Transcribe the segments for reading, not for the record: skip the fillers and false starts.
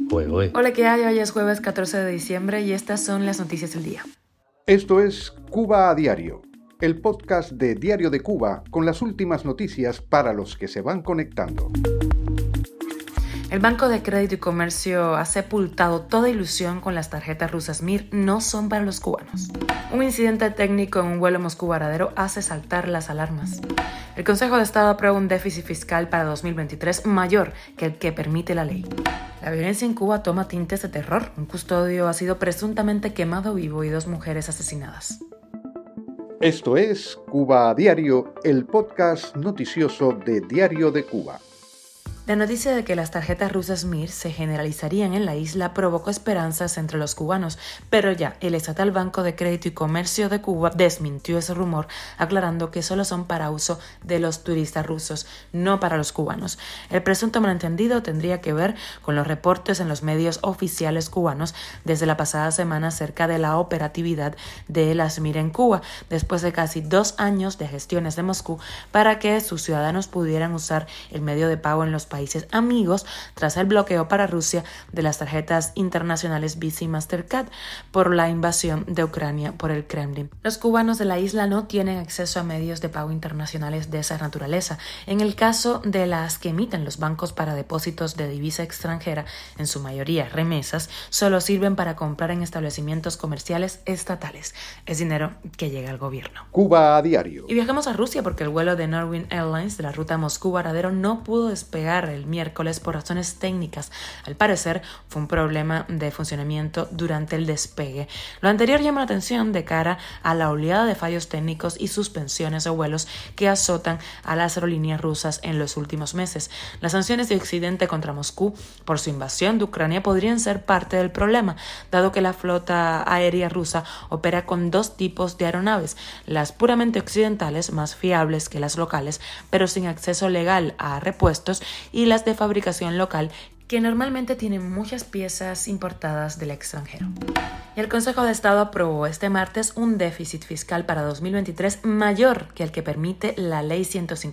Oye. Hola, ¿qué hay? Hoy es jueves 14 de diciembre y estas son las noticias del día. Esto es Cuba a Diario, el podcast de Diario de Cuba con las últimas noticias para los que se van conectando. El Banco de Crédito y Comercio ha sepultado toda ilusión con las tarjetas rusas Mir, no son para los cubanos. Un incidente técnico en un vuelo Moscú-Varadero hace saltar las alarmas. El Consejo de Estado aprueba un déficit fiscal para 2023 mayor que el que permite la ley. La violencia en Cuba toma tintes de terror. Un custodio ha sido presuntamente quemado vivo y 2 mujeres asesinadas. Esto es Cuba a Diario, el podcast noticioso de Diario de Cuba. La noticia de que las tarjetas rusas Mir se generalizarían en la isla provocó esperanzas entre los cubanos, pero ya el estatal Banco de Crédito y Comercio de Cuba desmintió ese rumor, aclarando que solo son para uso de los turistas rusos, no para los cubanos. El presunto malentendido tendría que ver con los reportes en los medios oficiales cubanos desde la pasada semana acerca de la operatividad de las Mir en Cuba, después de casi 2 años de gestiones de Moscú para que sus ciudadanos pudieran usar el medio de pago en los países amigos tras el bloqueo para Rusia de las tarjetas internacionales Visa y Mastercard por la invasión de Ucrania por el Kremlin. Los cubanos de la isla no tienen acceso a medios de pago internacionales de esa naturaleza. En el caso de las que emiten los bancos para depósitos de divisa extranjera, en su mayoría remesas, solo sirven para comprar en establecimientos comerciales estatales. Es dinero que llega al gobierno. Cuba a Diario. Y viajamos a Rusia porque el vuelo de Norwegian Airlines de la ruta Moscú-Varadero no pudo despegar el miércoles por razones técnicas. Al parecer, fue un problema de funcionamiento durante el despegue. Lo anterior llama la atención de cara a la oleada de fallos técnicos y suspensiones de vuelos que azotan a las aerolíneas rusas en los últimos meses. Las sanciones de Occidente contra Moscú por su invasión de Ucrania podrían ser parte del problema, dado que la flota aérea rusa opera con 2 tipos de aeronaves, las puramente occidentales, más fiables que las locales, pero sin acceso legal a repuestos, y las de fabricación local, que normalmente tienen muchas piezas importadas del extranjero. Y el Consejo de Estado aprobó este martes un déficit fiscal para 2023 mayor que el que permite la Ley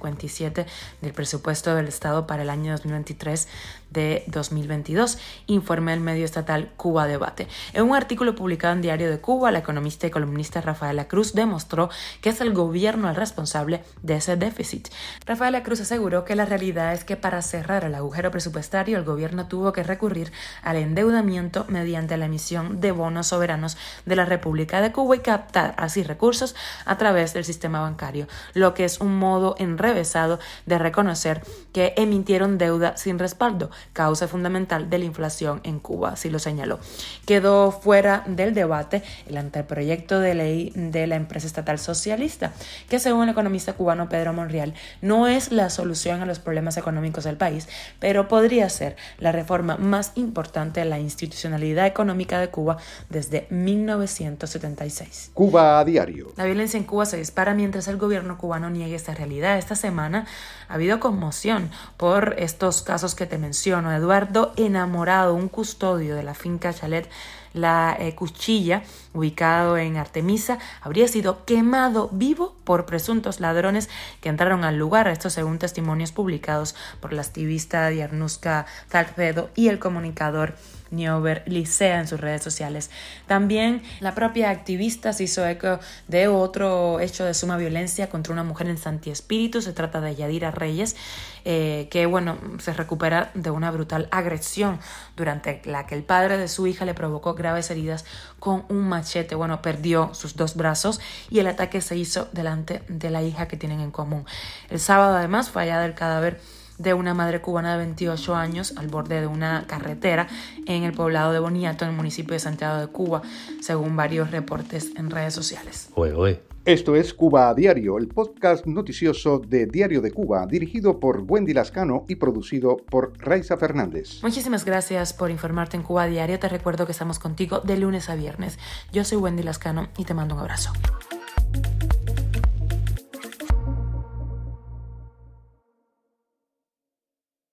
157 del presupuesto del Estado para el año 2023 de 2022, informa el medio estatal Cuba Debate. En un artículo publicado en Diario de Cuba, la economista y columnista Rafaela Cruz demostró que es el gobierno el responsable de ese déficit. Rafaela Cruz aseguró que la realidad es que para cerrar el agujero presupuestario, el gobierno tuvo que recurrir al endeudamiento mediante la emisión de bonos soberanos de la República de Cuba y captar así recursos a través del sistema bancario, lo que es un modo enrevesado de reconocer que emitieron deuda sin respaldo, causa fundamental de la inflación en Cuba, así lo señaló. Quedó fuera del debate el anteproyecto de ley de la empresa estatal socialista, que según el economista cubano Pedro Monreal no es la solución a los problemas económicos del país, pero podría ser la reforma más importante de la institucionalidad económica de Cuba desde 1976. Cuba a Diario. La violencia en Cuba se dispara mientras el gobierno cubano niegue esta realidad. Esta semana ha habido conmoción por estos casos que te menciono. Eduardo Enamorado, un custodio de la finca Chalet La Cuchilla, ubicado en Artemisa, habría sido quemado vivo por presuntos ladrones que entraron al lugar, esto según testimonios publicados por la activista Diarnuska Talcedo y el comunicador Niober Licea en sus redes sociales. También la propia activista se hizo eco de otro hecho de suma violencia contra una mujer en Santi Espíritu. Se trata de Yadira Reyes, que se recupera de una brutal agresión durante la que el padre de su hija le provocó graves heridas con un machete. Perdió sus 2 brazos y el ataque se hizo delante de la hija que tienen en común. El sábado además fue hallado el cadáver de una madre cubana de 28 años al borde de una carretera en el poblado de Boniato, en el municipio de Santiago de Cuba, según varios reportes en redes sociales. Oye. Esto es Cuba a Diario, el podcast noticioso de Diario de Cuba, dirigido por Wendy Lascano y producido por Raiza Fernández. Muchísimas gracias por informarte en Cuba a Diario. Te recuerdo que estamos contigo de lunes a viernes. Yo soy Wendy Lascano y te mando un abrazo.